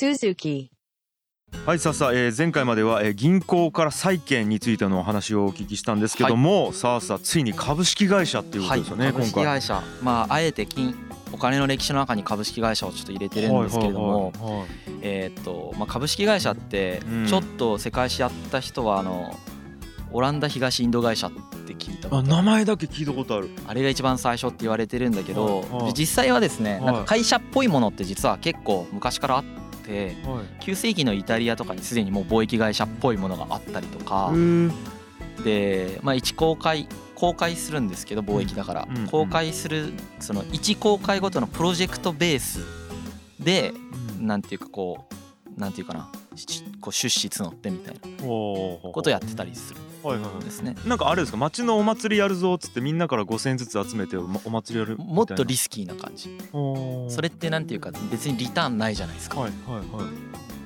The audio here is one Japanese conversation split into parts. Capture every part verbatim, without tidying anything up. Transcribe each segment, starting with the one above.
Suzuki。 はい、さあさあ、えー、前回までは、えー、銀行から債券についてのお話をお聞きしたんですけども、はい、さあさあついに株式会社っていうことですよね、はい、 株式会社、まああえて金お金の歴史の中に株式会社をちょっと入れてるんですけれども、えっとまあ株式会社ってちょっと世界史やった人はあのオランダ東インド会社って聞いたことある。 あ、名前だけ聞いたことある。 あれが一番最初って言われてるんだけど、 はいはい、 実際はですね、 はい、 なんか会社っぽいものって実は結構昔からあって、はい、きゅう世紀のイタリアとかにすでにもう貿易会社っぽいものがあったりとかで、まあ、一公開公開するんですけど貿易だから、うん、公開するその一公開ごとのプロジェクトベースで、うん、なんていうかこうなんていうかなこう出資募ってみたいなことをやってたりするんですね。 なんかあれですか、町のお祭りやるぞっつってみんなからごせんえんずつ集めてお祭りやるみたいな。 もっとリスキーな感じ。それってなんていうか別にリターンないじゃないですか、はいはいはい、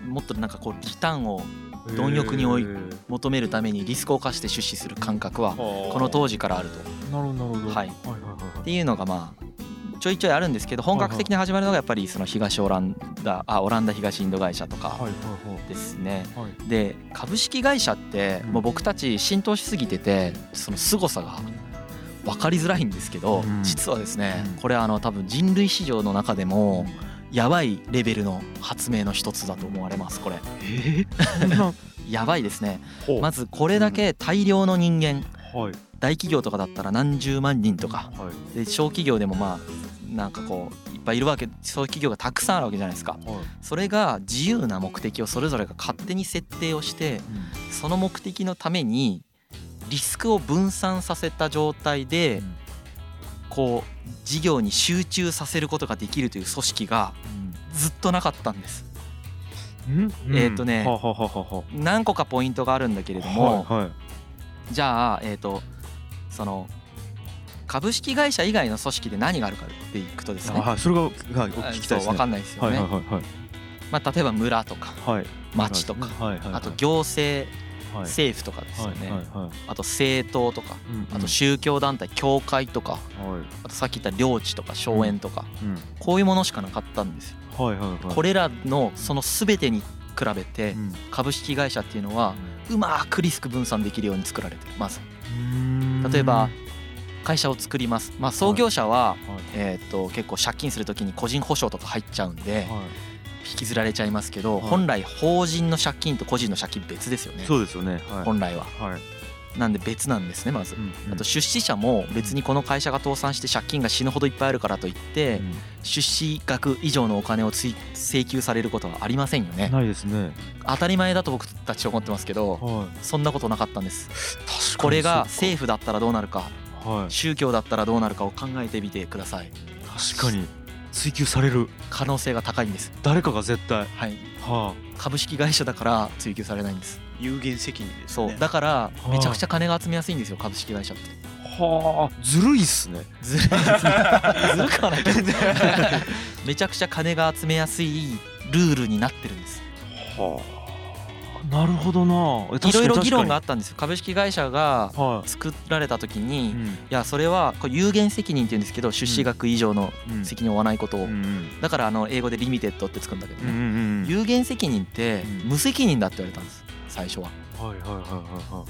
もっとなんかこうリターンを貪欲に追い求めるためにリスクを冒して出資する感覚はこの当時からあると。 なるほどなるほど、 はい、っていうのがまあちょいちょいあるんですけど、本格的に始まるのがやっぱりその東オランダあオランダ東インド会社とかですね。で株式会社ってもう僕たち浸透しすぎててその凄さが分かりづらいんですけど、実はですねこれあの多分人類史上の中でもやばいレベルの発明の一つだと思われますこれ。 えー、 やばいですね。まずこれだけ大量の人間、大企業とかだったら何十万人とかで、小企業でもまあなんかこういっぱいいるわけ、そういう企業がたくさんあるわけじゃないですか、はい、それが自由な目的をそれぞれが勝手に設定をして、うん、その目的のためにリスクを分散させた状態で、うん、こう事業に集中させることができるという組織がずっとなかったんです、うんうん、えっ、ー、とねはははは何個かポイントがあるんだけれども、はいはい、じゃあえっ、ー、とその株式会社以外の組織で何があるかっていくとですね、 あ、それが聞きたいですね。 分かんないですよね、はいはいはいはい、まあ、例えば村とか、はい、町とか、はいはいはい、あと行政、はい、政府とかですよね、はいはいはい、あと政党とか、うんうん、あと宗教団体教会とか、はい、あとさっき言った領地とか荘園とか、うんうん、こういうものしかなかったんですよ、はいはいはい、これらのその全てに比べて株式会社っていうのはうまくリスク分散できるように作られてる。まず例えば会社を作ります、まあ、創業者は、はいえー、と結構借金するときに個人保証とか入っちゃうんで、はい、引きずられちゃいますけど、はい、本来法人の借金と個人の借金別ですよね。 そうですよね、はい、 本来は、はい、なんで別なんですねまず、うんうん、あと出資者も別にこの会社が倒産して借金が死ぬほどいっぱいあるからといって、うん、出資額以上のお金をつい請求されることはありませんよね。 ないですね。 当たり前だと僕たち思ってますけど、はい、そんなことなかったんです。確かにこれが政府だったらどうなるか、はい、宗教だったらどうなるかを考えてみてください。 確かに追求される可能性が高いんです。 誰かが絶対、 はい、はあ、株式会社だから追求されないんです。 有限責任ですね。 そうだからめちゃくちゃ金が集めやすいんですよ株式会社って。 はあ、ずるいっすね。 ずるいですねずるくはないけどめちゃくちゃ金が集めやすいルールになってるんです。 はあ、なるほどな。 いろいろ議論があったんですよ。株式会社が作られた時に、はい、いやそれはこう有限責任って言うんですけど、出資額以上の責任を負わないことを、うん、だからあの英語でリミテッドってつくんだけどね、うんうんうん、有限責任って無責任だって言われたんです最初は。はいはいはいはいはい。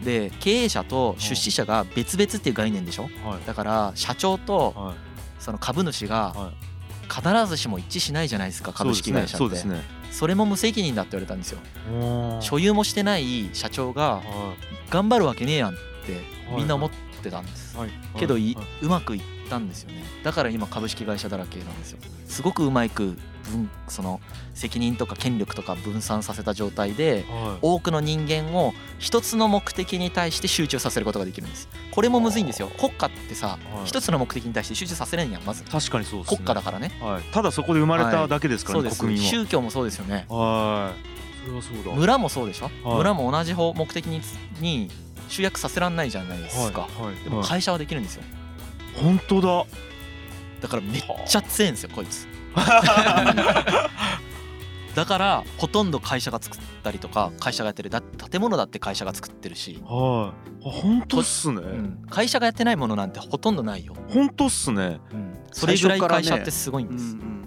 で経営者と出資者が別々っていう概念でしょ、はい、だから社長とその株主が必ずしも一致しないじゃないですか株式会社って。そうですね、そうですね。それも無責任だって言われたんですよ。所有もしてない社長が頑張るわけねえやんってみんな思ってたんです、はいはい、けどい、はい、うまくいったんですよね。だから今株式会社だらけなんですよ。すごくうまく分その責任とか権力とか分散させた状態で、はい、多くの人間を一つの目的に対して集中させることができるんです。これもむずいんですよ。国家ってさ、はい、一つの目的に対して集中させれんやんまず。 確かにそうですね。 国家だからね、 はい、ただそこで生まれただけですからね、はい、国民は。 宗教もそうですよね。 はい、それはそうだ。 村もそうでしょ、はい、村も同じ目的にに集約させらんないじゃないですか、はいはい、でも会社はできるんですよ。 本当だ。 だからめっちゃ強いんですよこいつだからほとんど会社が作ったりとか会社がやってるだ建物だって会社が作ってるし、 はい、本当っすね、 うん、会社がやってないものなんてほとんどないよ。 本当っすね、 うん、それぐらい会社ってすごいんです、ね、うんうん、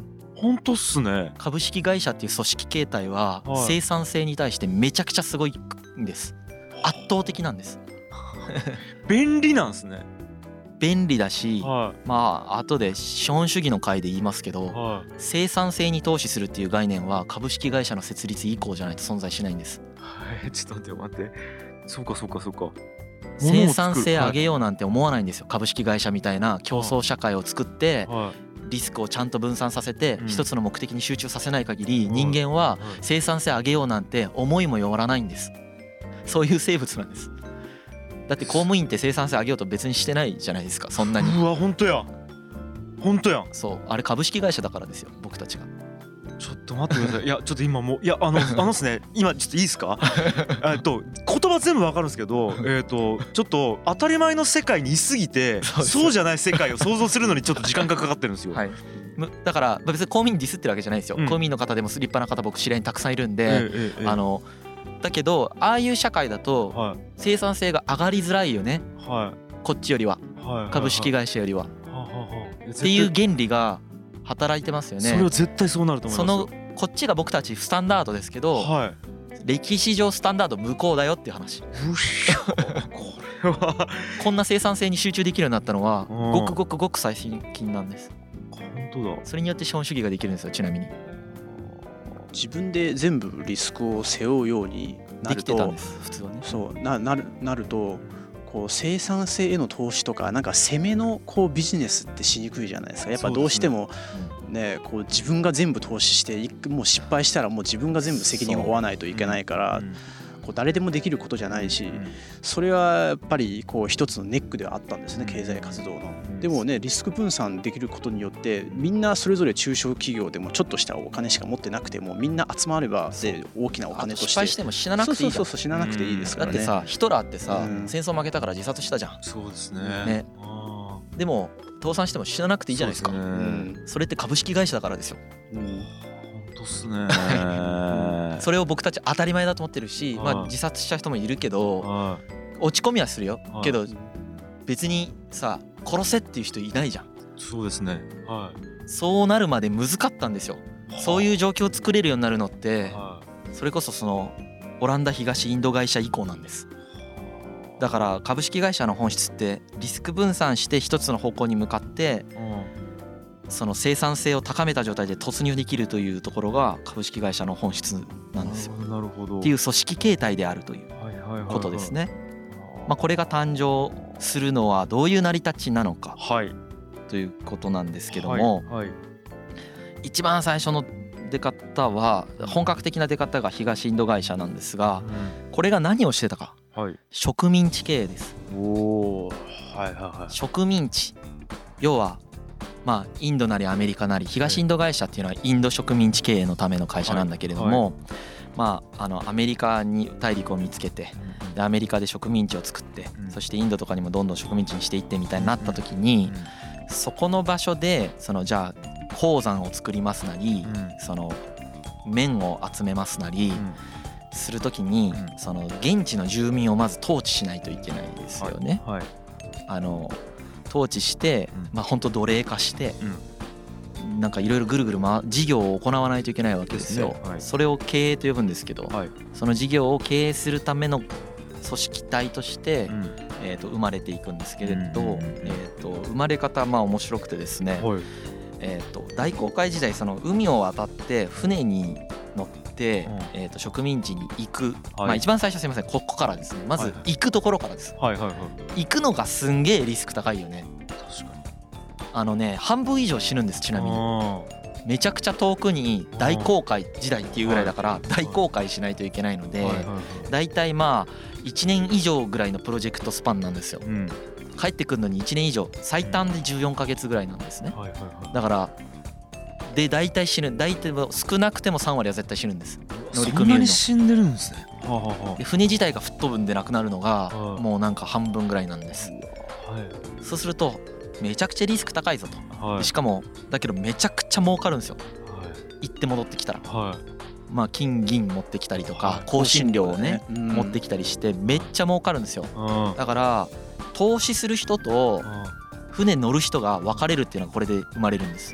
本当っすね。 株式会社っていう組織形態は生産性に対してめちゃくちゃすごいんです。圧倒的なんです。 便利なんですね。 便利だし、 はい、 まあ後で資本主義の回で言いますけど、はい、生産性に投資するっていう概念は株式会社の設立以降じゃないと存在しないんです。 はい、ちょっと待って待って。そうかそうかそうか。 生産性上げようなんて思わないんですよ。株式会社みたいな競争社会を作ってリスクをちゃんと分散させて一つの目的に集中させない限り、人間は生産性上げようなんて思いもよらないんです。そういう生物なんです。だって公務員って生産性上げようと別にしてないじゃないですか、そんなに。 うわ本当や本当や。 そう、あれ株式会社だからですよ、僕たちが。 ちょっと待ってください。いやちょっと今もういやあのあのですね、今ちょっといいですか。えっと言葉全部わかるんですけど、えっとちょっと当たり前の世界にいすぎてそうじゃない世界を想像するのにちょっと時間がかかってるんですよ。 はい、だから別に公務員ディスってるわけじゃないですよ、うん、公務員の方でも立派な方僕知り合いにたくさんいるんで、ええええ、あのだけどああいう社会だと生産性が上がりづらいよね、はい、こっちよりは、はい、株式会社よりは、はい、っていう原理が働いてますよね。 それは絶対そうなると思いますよ。 そのこっちが僕たちスタンダードですけど、はい、歴史上スタンダード無効だよっていう話。これはこんな生産性に集中できるようになったのはごくごくごく最近なんです。 本当だ。 それによって資本主義ができるんですよ。ちなみに自分で全部リスクを背負うようになると、できてたんです普通はね。そうな、なるなるとこう生産性への投資とかなんか攻めのこうビジネスってしにくいじゃないですか。やっぱどうしてもね、こう自分が全部投資してもう失敗したらもう自分が全部責任を負わないといけないから、こう誰でもできることじゃないし、それはやっぱりこう一つのネックではあったんですね、経済活動の。でもね、リスク分散できることによってみんなそれぞれ中小企業でもちょっとしたお金しか持ってなくてもみんな集まればで大きなお金として失敗しても死ななくていいじゃん。 そうそうそう、死ななくていいですからね。 だってさ、ヒトラーってさ、戦争負けたから自殺したじゃん。 そうですね。 ね、でも倒産しても死ななくていいじゃないですか。 そうですね、うん、それって株式会社だからですよ。うん、 本当っすね。 それを僕たち当たり前だと思ってるし、まあ、自殺した人もいるけど落ち込みはするよけど別にさ殺せっていう人いないじゃん。 そうですね、はい、 そうなるまで難かったんですよ。そういう状況を作れるようになるのってそれこそそのオランダ東インド会社以降なんです。だから株式会社の本質ってリスク分散して一つの方向に向かってその生産性を高めた状態で突入できるというところが株式会社の本質なんですよ。 なるほど。 っていう組織形態であるということですね。まあこれが誕生するのはどういう成り立ちなのかということなんですけども、一番最初の出方は本格的な出方が東インド会社なんですが、これが何をしてたか、植民地経営です。 おー、はいはいはい。 植民地、要はまあインドなりアメリカなり東インド会社っていうのはインド植民地経営のための会社なんだけれども、まああのアメリカに大陸を見つけてでアメリカで植民地を作ってそしてインドとかにもどんどん植民地にしていってみたいになった時にそこの場所でそのじゃあ鉱山を作りますなりその麺を集めますなりする時にその現地の住民をまず統治しないといけないですよね。あの統治して、まあ本当奴隷化して、なんかいろいろぐるぐる回事業を行わないといけないわけですよ。それを経営と呼ぶんですけど、その事業を経営するための組織体として、えーと生まれていくんですけれど、えーと生まれ方まあ面白くてですね、えーと大航海時代その海を渡って船に乗ってえと植民地に行く、まあ一番最初すみませんここからですね、まず行くところからです。行くのがすんげえリスク高いよね。 確かに。 あのね半分以上死ぬんです。ちなみにめちゃくちゃ遠くに大航海時代っていうぐらいだから大航海しないといけないのでだいたいまあいちねん以上ぐらいのプロジェクトスパンなんですよ。帰ってくるのにいちねん以上、最短でじゅうよんかげつぐらいなんですね。だからで大体死ぬ、大体少なくてもさんわりは絶対死ぬんです。乗組員の。 そんなに死んでるんですね。 で船自体が吹っ飛ぶんでなくなるのがもうなんか半分ぐらいなんです。そうするとめちゃくちゃリスク高いぞと。でしかもだけどめちゃくちゃ儲かるんですよ。行って戻ってきたら。まあ金銀持ってきたりとか香辛料をね持ってきたりしてめっちゃ儲かるんですよ。だから投資する人と船乗る人が分かれるっていうのはこれで生まれるんです。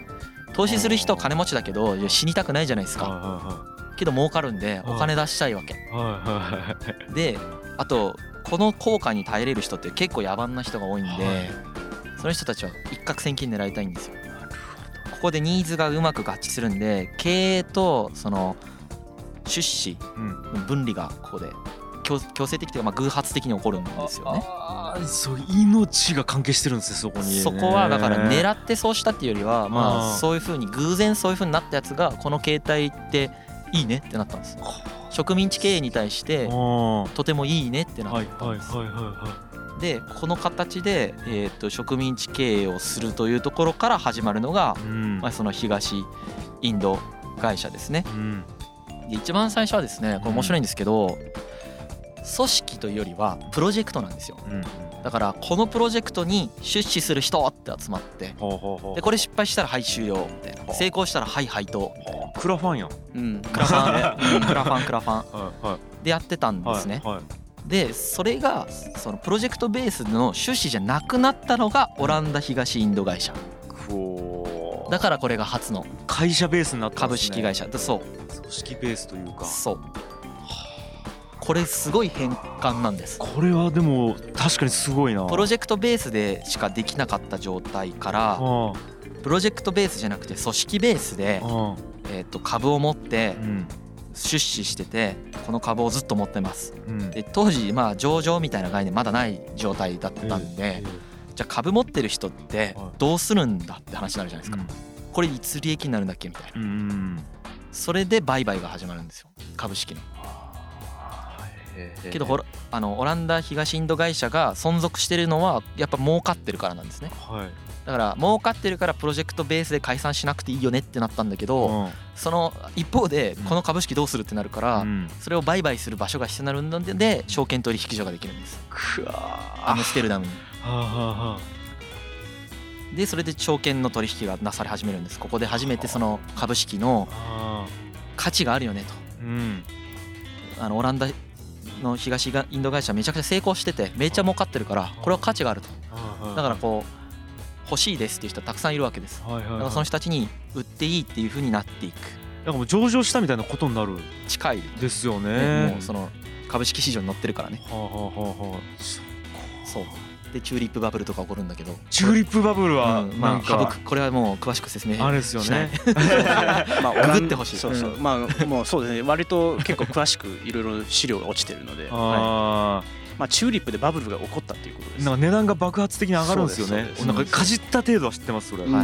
投資する人金持ちだけど死にたくないじゃないですか。けど儲かるんでお金出したいわけで、あとこの効果に耐えれる人って結構野蛮な人が多いんで、その人たちは一攫千金狙いたいんですよ。ここでニーズがうまく合致するんで、経営とその出資の分離がここで強制的というか、まあ偶発的に起こるんですよね。 ああ、そう、命が関係してるんですね、そこに。 そこはだから狙ってそうしたっていうよりは、まあそういう風に偶然そういう風になったやつがこの形態っていいねってなったんです。植民地経営に対してとてもいいねってなったんです。でこの形で、えー、と植民地経営をするというところから始まるのが、うんまあ、その東インド会社ですね。うん、で一番最初はですね、これ面白いんですけど、うん、組織というよりはプロジェクトなんですよ。うん、だからこのプロジェクトに出資する人って集まって、でこれ失敗したらはい終了みたいな、成功したらはい配当みたいな。 クラファンやん。 うん、クラファン、うん、クラファンクラファンでやってたんですね。はいはい、でそれがそのプロジェクトベースの出資じゃなくなったのがオランダ東インド会社。だからこれが初の会社ベースになった株式会社。そう。 組織ベースというか。 そう。これすごい変換なんです。 これはでも確かにすごいな。 プロジェクトベースでしかできなかった状態から、プロジェクトベースじゃなくて組織ベースで、えーと株を持って出資してて、この株をずっと持ってます。で当時まあ上場みたいな概念まだない状態だったんで、じゃあ株持ってる人ってどうするんだって話になるじゃないですか。これいつ利益になるんだっけみたいな。それで売買が始まるんですよ、株式の。けどほらあのオランダ東インド会社が存続してるのはやっぱ儲かってるからなんですね。はい、だから儲かってるからプロジェクトベースで解散しなくていいよねってなったんだけど、うん、その一方でこの株式どうするってなるから、うん、それを売買する場所が必要になるので証券取引所ができるんです。くわアムステルダムに。はあはあ、でそれで証券の取引がなされ始めるんです。ここで初めてその株式の価値があるよねと。うん、あのオランダの東インド会社めちゃくちゃ成功しててめっちゃ儲かってるから、これは価値があると。だからこう欲しいですっていう人たくさんいるわけです。だからその人たちに売っていいっていう風になっていく。 なんかもう上場したみたいなことになる。 近いですよね。 もうその株式市場に乗ってるからね。はあはあはあ、そうでチューリップバブルとか起こるんだけど、 チューリップバブルはまあこれはもう詳しく説明しない。 あれですよね。 まあググってほしい。 そうそう、まあもうそうですね、割と結構詳しくいろいろ資料が落ちてるので、まあチューリップでバブルが起こったっていうことです。 なんか値段が爆発的に上がるんですよね。なんかかじった程度は知ってますそれ。 はい。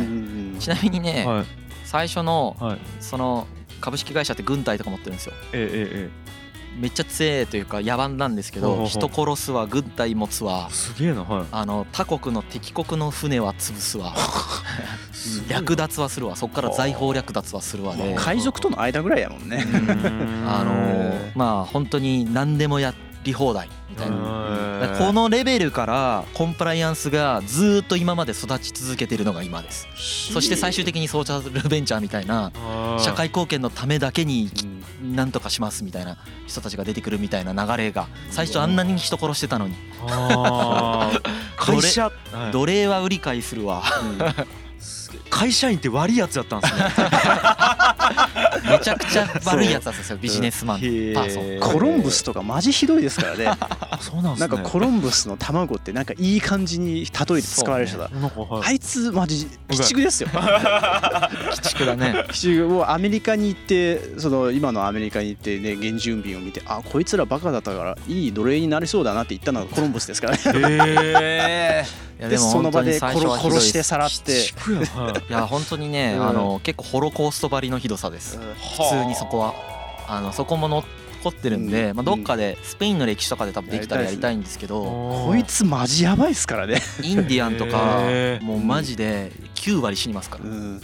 ちなみにね、最初のその株式会社って軍隊とか持ってるんですよ。ええええ。めっちゃ強いというか野蛮なんですけど、人殺すわ、軍隊持つわ、 すげえな、はい、 あの他国の敵国の船は潰すわ略奪はするわ、そこから財宝略奪はするわで、 海賊との間ぐらいやもんね。 あのまあ本当に何でもやり放題みたいな。このレベルからコンプライアンスがずっと今まで育ち続けているのが今です。そして最終的にソーシャルベンチャーみたいな社会貢献のためだけに何とかしますみたいな人たちが出てくるみたいな流れが、最初あんなに人殺してたのに会社奴隷は売り買いするわ。 会社員って悪いやつだったんですね。 めちゃくちゃ悪いやつだったんですよ、ビジネスマンパーソン。 コロンブスとかマジひどいですからね。 そうなんですね。 なんかコロンブスの卵ってなんかいい感じに例えて使われる人だ。あいつマジ鬼畜ですよ。 鬼畜だね。 鬼畜。もうアメリカに行って、その今のアメリカに行ってね、原住民を見て、あこいつらバカだったからいい奴隷になりそうだなって言ったのがコロンブスですからね。へー。でその場で殺してさらって。いや本当にね、あの結構ホロコーストばりのひどさです。普通にそこはあのそこも残ってるんで、まあどっかでスペインの歴史とかで多分できたらやりたいんですけど、 こいつマジやばいっすからね。 インディアンとかもうマジできゅうわり死にますから。イン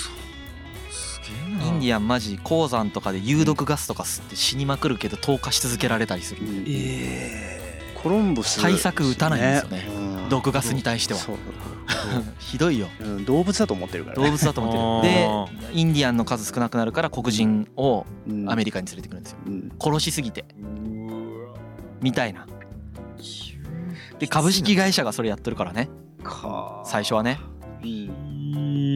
ディアンマジ鉱山とかで有毒ガスとか吸って死にまくるけど投下し続けられたりする。 コロンブス対策打たないんですよね、毒ガスに対しては。ひどいよ。 動物だと思ってるから動物だと思ってる。でインディアンの数少なくなるから黒人をアメリカに連れてくるんですよ、殺しすぎてみたいな。で株式会社がそれやってるからね、最初はね。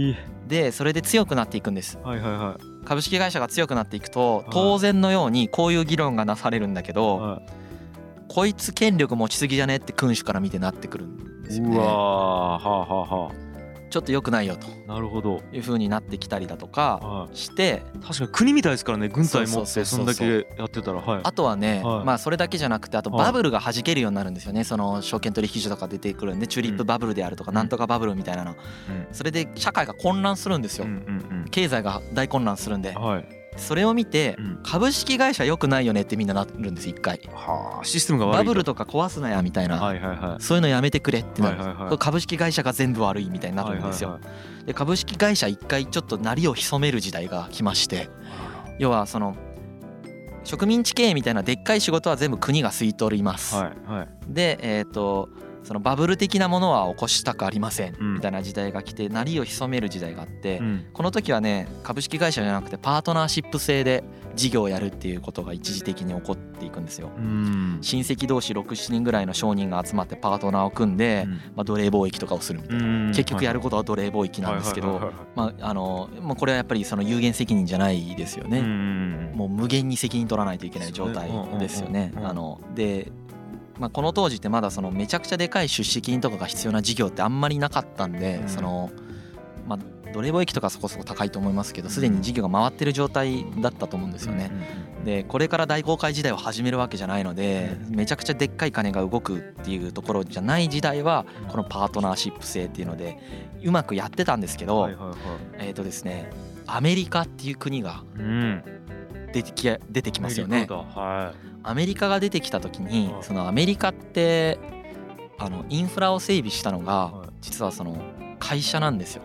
でそれで強くなっていくんです、 はいはいはい、 株式会社が強くなっていくと当然のようにこういう議論がなされるんだけど、はい、こいつ権力持ちすぎじゃねって君主から見てなってくるんですよね。 うわー、はあはあはあ、 ちょっと良くないよとなるほどいう風になってきたりだとかして、 確かに国みたいですからね、軍隊持ってそんだけやってたら、はい、 あとはね、 はい、 まあそれだけじゃなくてあとバブルが弾けるようになるんですよね。その証券取引所とか出てくるんでチューリップバブルであるとかなんとかバブルみたいなの、それで社会が混乱するんですよ、経済が大混乱するんで、はい、それを見て株式会社良くないよねってみんななるんです一回。 はあ、システムが悪い、 バブルとか壊すなやみたいな、はいはいはい、そういうのやめてくれってなる、はいはいはい、株式会社が全部悪いみたいになるんですよ、はいはいはい、で株式会社一回ちょっと鳴りを潜める時代が来まして、要はその植民地経営みたいなでっかい仕事は全部国が吸い取ります、はいはい、でえっとそのバブル的なものは起こしたくありませんみたいな時代が来て鳴りを潜める時代があって、この時はね株式会社じゃなくてパートナーシップ制で事業をやるっていうことが一時的に起こっていくんですよ。親戚同士ろく、しちにんぐらいの商人が集まってパートナーを組んで、まあ奴隷貿易とかをするみたいな、結局やることは奴隷貿易なんですけど、まああのもうこれはやっぱりその有限責任じゃないですよね。もう無限に責任取らないといけない状態ですよね。あのでまあ、この当時ってまだそのめちゃくちゃでかい出資金とかが必要な事業ってあんまりなかったんで、そのまあ奴隷貿易とかそこそこ高いと思いますけどすでに事業が回ってる状態だったと思うんですよね。でこれから大航海時代を始めるわけじゃないのでめちゃくちゃでっかい金が動くっていうところじゃない時代はこのパートナーシップ制っていうのでうまくやってたんですけど、えっとですねアメリカっていう国が出てき出てきますよね。アメリカが出てきた時にそのアメリカってあのインフラを整備したのが実はその会社なんですよ。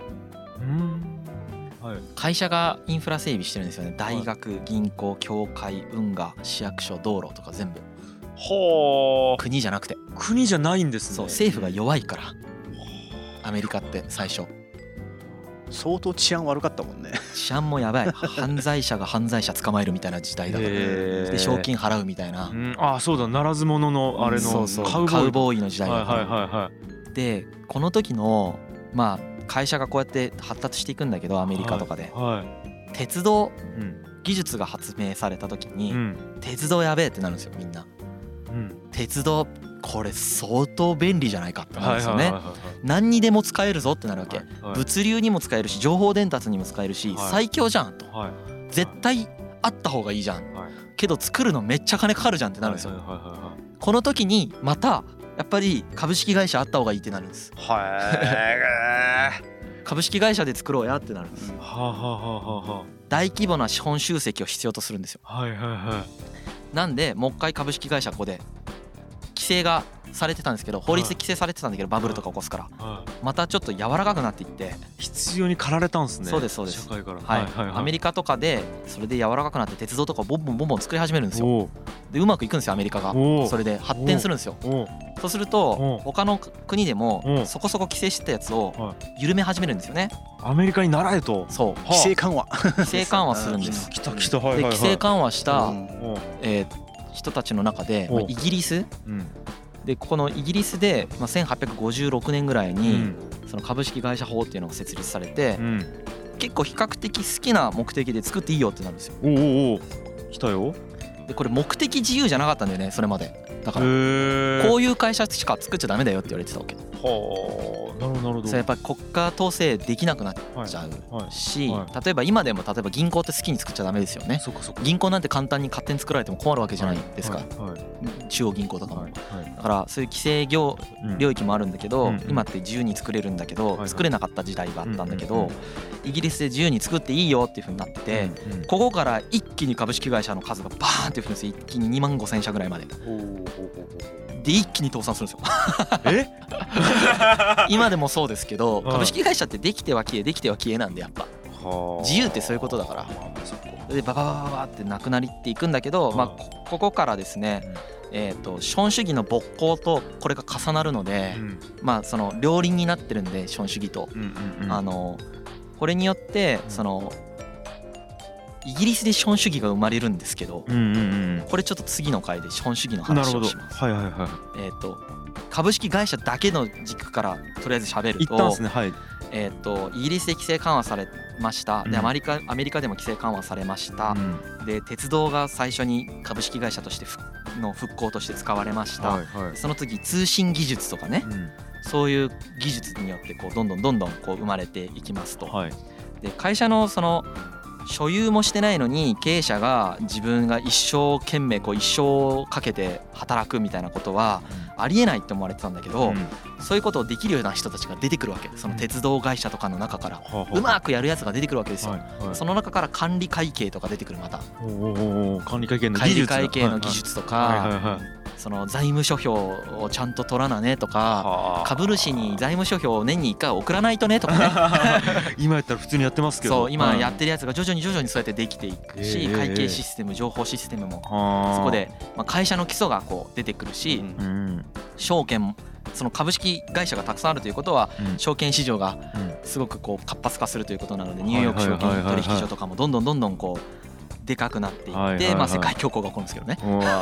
会社がインフラ整備してるんですよね。大学、銀行、教会、運河、市役所、道路とか全部。 ほー、 国じゃなくて。 国じゃないんですね。 そう、政府が弱いからアメリカって最初相当治安悪かったもんね。 治安もやばい。犯罪者が犯罪者捕まえるみたいな時代だから、で賞金払うみたいな、 うん、ああそうだ、ならず者のあれのそうそうカウボーイの時代だから、はいはいはい、でこの時のまあ会社がこうやって発達していくんだけどアメリカとかで、はいはい、鉄道技術が発明された時に、うん、鉄道やべえってなるんですよみんな、うん、鉄道これ相当便利じゃないかってなるんですよね。何にでも使えるぞってなるわけ、はいはい、物流にも使えるし情報伝達にも使えるし、はい、最強じゃんと、はい、絶対あった方がいいじゃん、はい、けど作るのめっちゃ金かかるじゃんってなるんですよ、はいはいはいはい、この時にまたやっぱり株式会社あった方がいいってなるんです。株式会社で作ろうやってなるんです。大規模な資本集積を必要とするんですよ、はいはいはい、なんでもう一回株式会社ここで規制がされてたんですけど法律で規制されてたんだけどバブルとか起こすからまたちょっと柔らかくなっていって必要に駆られたんですね。 そうですそうです。 社会から、 はいはいはい、アメリカとかでそれで柔らかくなって鉄道とかをボンボンボンボン作り始めるんですよ。でうまくいくんですよアメリカが。それで発展するんですよ。そうすると他の国でもそこそこ規制してたやつを緩め始めるんですよね。 アメリカに習えと。 そう規制緩和規制緩和するんです。 きたきた、はいはいはい、 で規制緩和した、うんえー、人たちの中でイギリス、うんでここのイギリスで、まあ、せんはっぴゃくごじゅうろくねんぐらいに、うん、その株式会社法っていうのが設立されて、うん、結構比較的好きな目的で作っていいよってなるんですよ。 おおお来たよ。 でこれ目的自由じゃなかったんだよねそれまで。だからこういう会社しか作っちゃダメだよって言われてたわけ。 はあなるほどなるほど。 それやっぱり国家統制できなくなっちゃうし、はいはいはい、例えば今でも例えば銀行って好きに作っちゃダメですよね。そこそこ銀行なんて簡単に勝手に作られても困るわけじゃないですか、はいはい、中央銀行とかも、はいはい、だからそういう規制業領域もあるんだけど、うん、今って自由に作れるんだけど、うん、作れなかった時代があったんだけど、うんうんうん、イギリスで自由に作っていいよっていう風になってて、うんうん、ここから一気に株式会社の数がバーンって増えるんですよ。一気ににまんごせんしゃぐらいまで。で一気に倒産するんですよえ今でもそうですけど株式会社ってできては消えできては消えなんでやっぱ自由ってそういうことだからでバババババってなくなりっていくんだけど、まあ、ここからですねえと資本主義の勃興とこれが重なるのでまあその両輪になってるんで資本主義とあのこれによってそのイギリスで資本主義が生まれるんですけど、うんうんうん、これちょっと次の回で資本主義の話をします。はいはいはい。えっと株式会社だけの軸からとりあえず喋ると、一旦ですね、はい。 えー、とイギリスで規制緩和されました。でアメリカ、アメリカでも規制緩和されました、うん、で鉄道が最初に株式会社としての復興として使われました、はいはい、その次通信技術とかね、うん、そういう技術によってこうどんどんどんどんこう生まれていきますと、はい、で会社のその所有もしてないのに経営者が自分が一生懸命こう一生かけて働くみたいなことはありえないって思われてたんだけど、うん、そういうことをできるような人たちが出てくるわけ。その鉄道会社とかの中からうまくやるやつが出てくるわけですよ、はいはい、その中から管理会計とか出てくる。またおー管理会計の技術管理会計の技術とかその財務諸表をちゃんと取らなねとか株主に財務諸表を年にいっかい送らないとねとかね今やったら普通にやってますけどそう今やってるやつが徐々に徐々にそうやってできていくし、会計システム情報システムもそこでまあ会社の基礎がこう出てくるし、証券その株式会社がたくさんあるということは証券市場がすごくこう活発化するということなので、ニューヨーク証券取引所とかもどんどんどんどんこうでかくなっていってまあ世界恐慌が起こるんですけどね。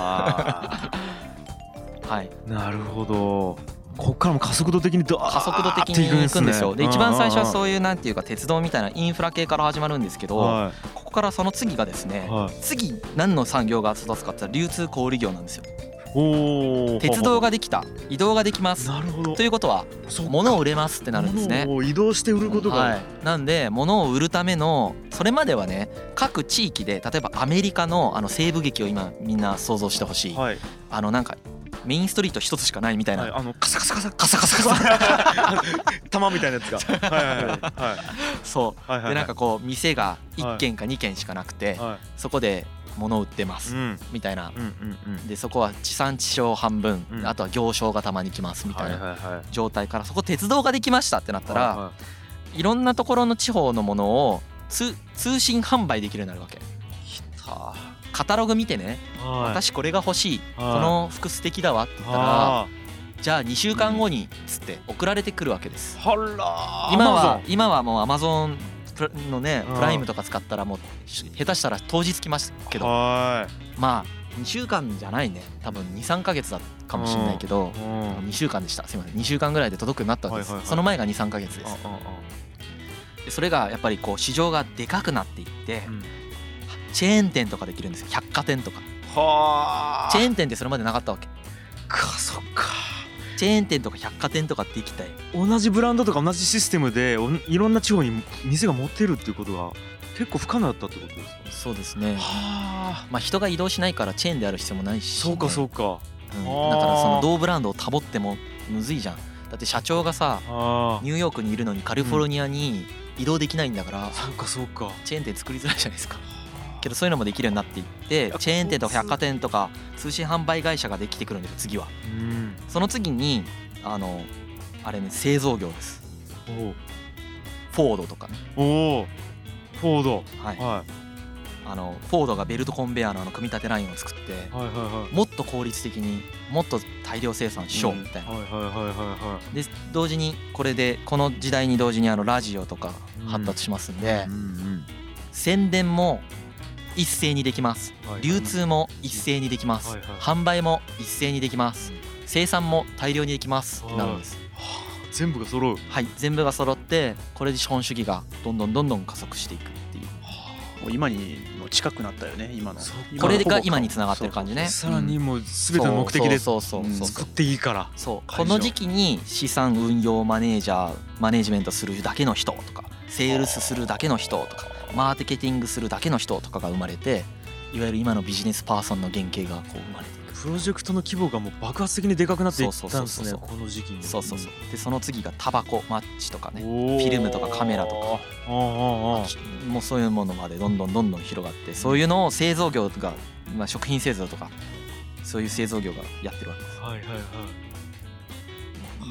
はい、 なるほど。ここからも加速度的にドーッ加速度的に行くんですよ。で一番最初はそういうなんていうか鉄道みたいなインフラ系から始まるんですけど、はい、ここからその次がですね、はい、次何の産業が育つかって流通小売業なんですよ。お鉄道ができた、移動ができます。なるほど。ということは物を売れますってなるんですね。 物を移動して売ることが、はい、 なんで物を売るためのそれまではね各地域で例えばアメリカのあの西部劇を今みんな想像してほしい、はい、あのなんかメインストリート一つしかないみたいな、はい、 あのカサカサカサカサカサカサ玉みたいなやつがはいはいはい、はい、 そう、はいはいはい、でなんかこう店がいっけんかにけんしかなくて、はい、そこで物を売ってます、うん、みたいな、うんうんうん、でそこは地産地消半分、うん、あとは行商がたまに来ますみたいな状態からそこ鉄道ができましたってなったら、はいはい、いろんなところの地方のものを通信販売できるようになるわけ。 きたカタログ見てね、はい、私これが欲しい、はい、この服素敵だわって言ったらじゃあにしゅうかんごにつって送られてくるわけです。 はら今は今はもうアマゾンのねプライムとか使ったらもう下手したら当日来ますけど、まあにしゅうかんじゃないね多分 にさんかげつだかもしれないけどにしゅうかんでした。すいませんにしゅうかんぐらいで届くようになったわけです、はいはいはい、その前が にさんかげつです。でそれがやっぱりこう市場がでかくなっていって、うん、チェーン店とかできるんですよ。百貨店とかはチェーン店ってそれまでなかったわけか。そっかチェーン店とか百貨店とかできたい。 同じブランドとか同じシステムでいろんな地方に店が持ってるっていうことが結構不可能だったってことですか。 そうですね。はまあ人が移動しないからチェーンである必要もないし、 ね、そうかそうか、 うん、だからその同ブランドを保ってもむずいじゃん。だって社長がさニューヨークにいるのにカリフォルニアに移動できないんだから、うん、 そうかそうかチェーン店作りづらいじゃないですか。けどそういうのもできるようになっていってチェーン店とか百貨店とか通信販売会社ができてくるんですよ次は、うん、その次にあのあれね製造業です。おフォードとかね。 おフォードはい、はい、あのフォードがベルトコンベヤーのあの組み立てラインを作って、はいはいはい、もっと効率的にもっと大量生産しようみたいな。で同時にこれでこの時代に同時にあのラジオとか発達しますんで、うんうんうん、宣伝も一斉にできます、はい、流通も一斉にできます、はいはい、販売も一斉にできます、うん、生産も大量にできますなるんです。 全部が揃う。 はい全部が揃ってこれで資本主義がどんどんどんどん加速していくっていう。 もう今にも近くなったよね今の。 これが今に繋がってる感じね。 さらにもう全ての目的で作っていいから。 そうこの時期に資産運用マネージャーマネージメントするだけの人とかセールスするだけの人とかマーケティングするだけの人とかが生まれていわゆる今のビジネスパーソンの原型がこう生まれていく。 プロジェクトの規模がもう爆発的にでかくなっていったんですねこの時期に。 そうそうそうでその次がタバコマッチとかねフィルムとかカメラとかもうそういうものまでどんどんどんどん広がってそういうのを製造業が、まあ、食品製造とかそういう製造業がやってるわけです。はいはいはい。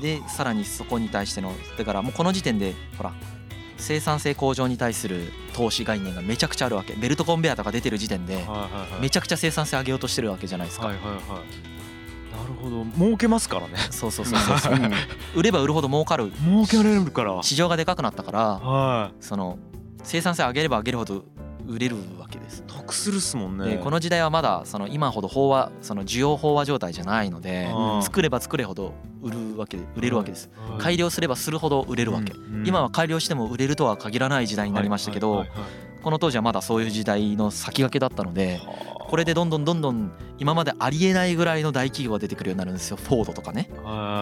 でさらにそこに対してのだからもうこの時点でほら生産性向上に対する投資概念がめちゃくちゃあるわけ。ベルトコンベヤーとか出てる時点でめちゃくちゃ生産性上げようとしてるわけじゃないですか。はいはいはい。なるほど儲けますからね。 そうそうそうそう、うん、売れば売るほど儲かる。 儲けられるから市場がでかくなったから、はい、その生産性上げれば上げるほど売れるわけです。 得するっすもんね。 でこの時代はまだその今ほど飽和その需要飽和状態じゃないので、作れば作れほど売るわけで売れるわけです。改良すればするほど売れるわけ。今は改良しても売れるとは限らない時代になりましたけど、この当時はまだそういう時代の先駆けだったので、これでどんどんどんどん今までありえないぐらいの大企業が出てくるようになるんですよ。フォードとかね。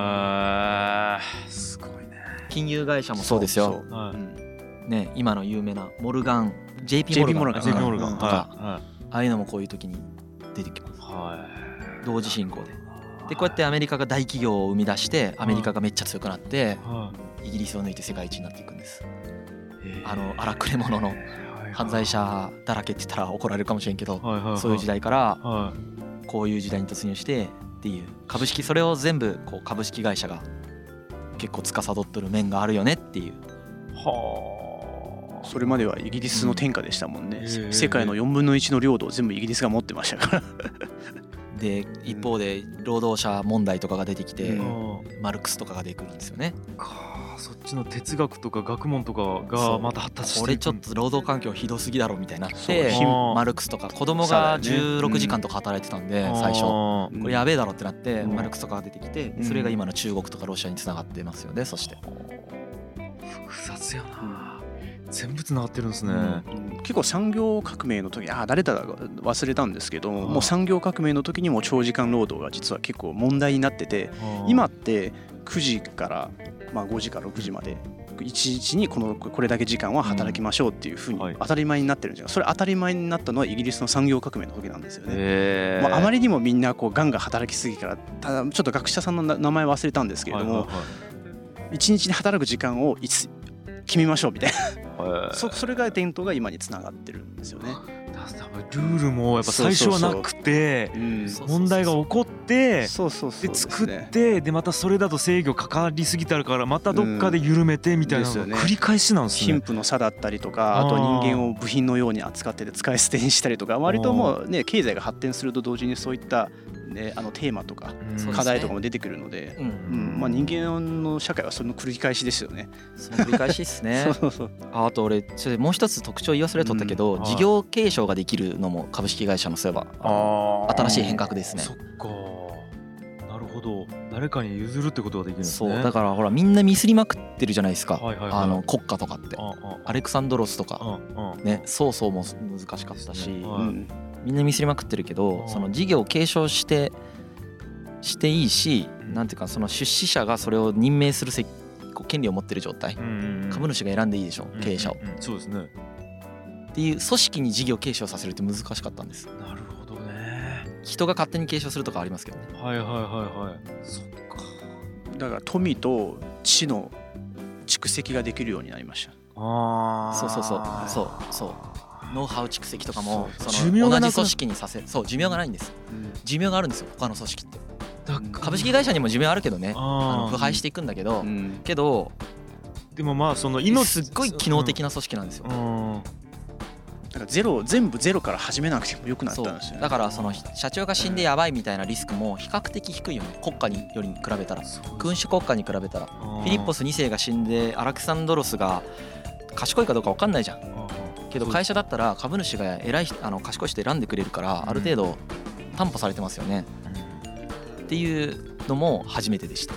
すごいね。 金融会社もそうですよ。ね、今の有名なモルガン ジェイピー モルガンとか、ああいうのもこういう時に出てきます。同時進行で。でこうやってアメリカが大企業を生み出してアメリカがめっちゃ強くなってイギリスを抜いて世界一になっていくんです。あの荒くれ者の犯罪者だらけって言ったら怒られるかもしれんけど、そういう時代からこういう時代に突入してっていう株式、それを全部こう株式会社が結構司ってる面があるよねっていう。 はあ。それまではイギリスの天下でしたもんね。世界のよんぶんのいちの領土を全部イギリスが持ってましたからで一方で労働者問題とかが出てきて、マルクスとかが出てくるんですよね。 そっちの哲学とか学問とかがまた発達していく。 これちょっと労働環境ひどすぎだろみたいになって、マルクスとか子供がじゅうろくじかんとか働いてたんで最初これやべえだろってなってマルクスとかが出てきて、それが今の中国とかロシアにつながってますよね。そして複雑やな、全部つながってるんですね、うん、 結構産業革命の時、あ誰だか忘れたんですけど、もう産業革命の時にも長時間労働が実は結構問題になってて、今ってくじからまあごじからろくじまでいちにちにこのこれだけ時間は働きましょうっていうふうに当たり前になってるんですが、それ当たり前になったのはイギリスの産業革命の時なんですよね。まあ、あまりにもみんなこうガンガン働きすぎから、ただちょっと学者さんの名前忘れたんですけれども、いちにちに働く時間をいつ決めましょうみたいなそ, それが伝統が今につながってるんですよね。 ルールもやっぱ最初はなくて問題が起こってで作ってでまたそれだと制御かかりすぎてあるからまたどっかで緩めてみたいなのが繰り返しなんですね。 貧富の差だったりとか、あと人間を部品のように扱ってて使い捨てにしたりとか、割ともうね経済が発展すると同時にそういったね、あのテーマとか課題とかも出てくるので、うんうんまあ、人間の社会はその繰り返しですよね。 その繰り返しですねそうそう。あと俺それもう一つ特徴言い忘れとったけど、うん、事業継承ができるのも株式会社のそういえば新しい変革ですね。 そっか、なるほど。誰かに譲るってことができるんですね。 そうだからほらみんなミスりまくってるじゃないですか、はいはいはい、あの国家とかってああアレクサンドロスとかね、そうそうも難しかったし、ねはいうんみんなミスりまくってるけど、その事業を継承してしていいし、なんていうかその出資者がそれを任命する権利を持ってる状態、株主が選んでいいでしょ経営者を。 そうですね。 っていう組織に事業継承させるって難しかったんです。 なるほどね。 人が勝手に継承するとかありますけどね。 はいはいはいはい。そっか。 だから富と知の蓄積ができるようになりました。 ああ。そうそうそうそうそう。ノウハウ蓄積とかもその同じ組織にさせそう寿命がないんです、うん、寿命があるんですよ他の組織って。株式会社にも寿命あるけどね、あの腐敗していくんだけど、うん、けどでもまあその命すっごい機能的な組織なんですよ、うん、 だからゼロ全部ゼロから始めなくてもよくなったんですよね。 だからその社長が死んでやばいみたいなリスクも比較的低いよね、国家により比べたら。君主国家に比べたらフィリッポスにせいが死んでアレクサンドロスが賢いかどうか分かんないじゃん。けど会社だったら株主が偉いあの賢い人選んでくれるからある程度担保されてますよね、うん、っていうのも初めてでした。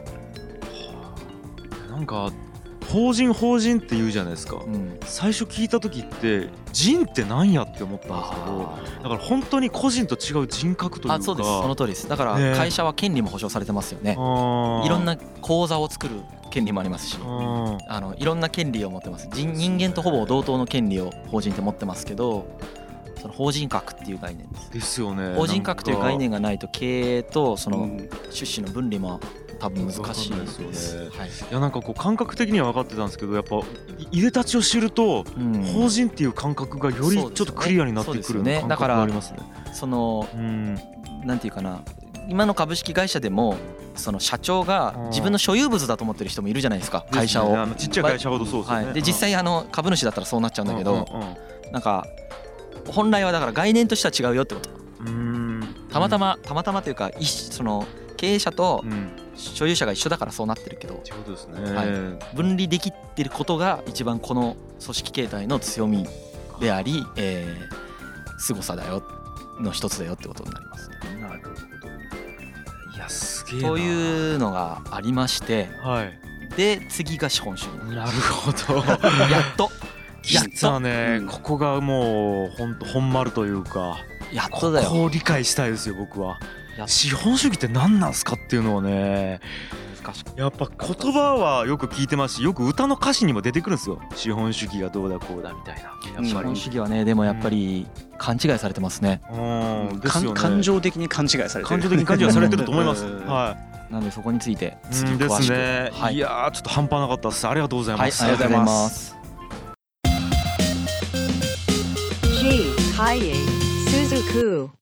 なんか法人法人って言うじゃないですか、うん、最初聞いた時って人ってなんやって思ったんですけど、だから本当に個人と違う人格というか。 あ、そうです、その通りです。だから会社は権利も保障されてますよね、いろんな口座を作る権利もありますし、あのいろんな権利を持ってます。人, 人間とほぼ同等の権利を法人って持ってますけど、その法人格っていう概念ですですよね。 法人格という概念がないと経営とその出資の分離も多分難しいですよね、はい、いやなんかこう感覚的には分かってたんですけど、やっぱいでたちを知ると、うん、法人っていう感覚がよりちょっとクリアになってくる感覚がありますね。 その、うん、なんていうかな、今の株式会社でもその社長が自分の所有物だと思ってる人もいるじゃないですか、会社を。 ちっちゃい会社ほどそうですよね、 はい、で実際あの株主だったらそうなっちゃうんだけど、うんうんうん、なんか本来はだから概念としては違うよってこと。うーんたまたまたまたまというかその経営者と所有者が一緒だからそうなってるけど、 ってことですね、 はい、分離できてることが一番この組織形態の強みであり、えー、凄さだよの一つだよってことになりますね。 なるほど。いやすげえな。 というのがありまして、 はい、 で次が資本主義。 なるほど。 やっと実はね、うん、ここがもうほんと本丸というか、 やっとだよ。 ここを理解したいですよ僕は。資本主義って何なんすかっていうのをね、やっぱ言葉はよく聞いてますし、よく歌の歌詞にも出てくるんですよ。資本主義がどうだこうだみたいな。やっぱり資本主義はね、でもやっぱり勘違いされてますね。 うん、ですよね。 感情的に勘違いされてる。 感情的に勘違いされてると思います。はい。 なのでそこについて次詳しく。ですね。 はい、 いやーちょっと半端なかったです。ありがとうございます。 はい、ありがとうございます。 G. Kaie Suzuku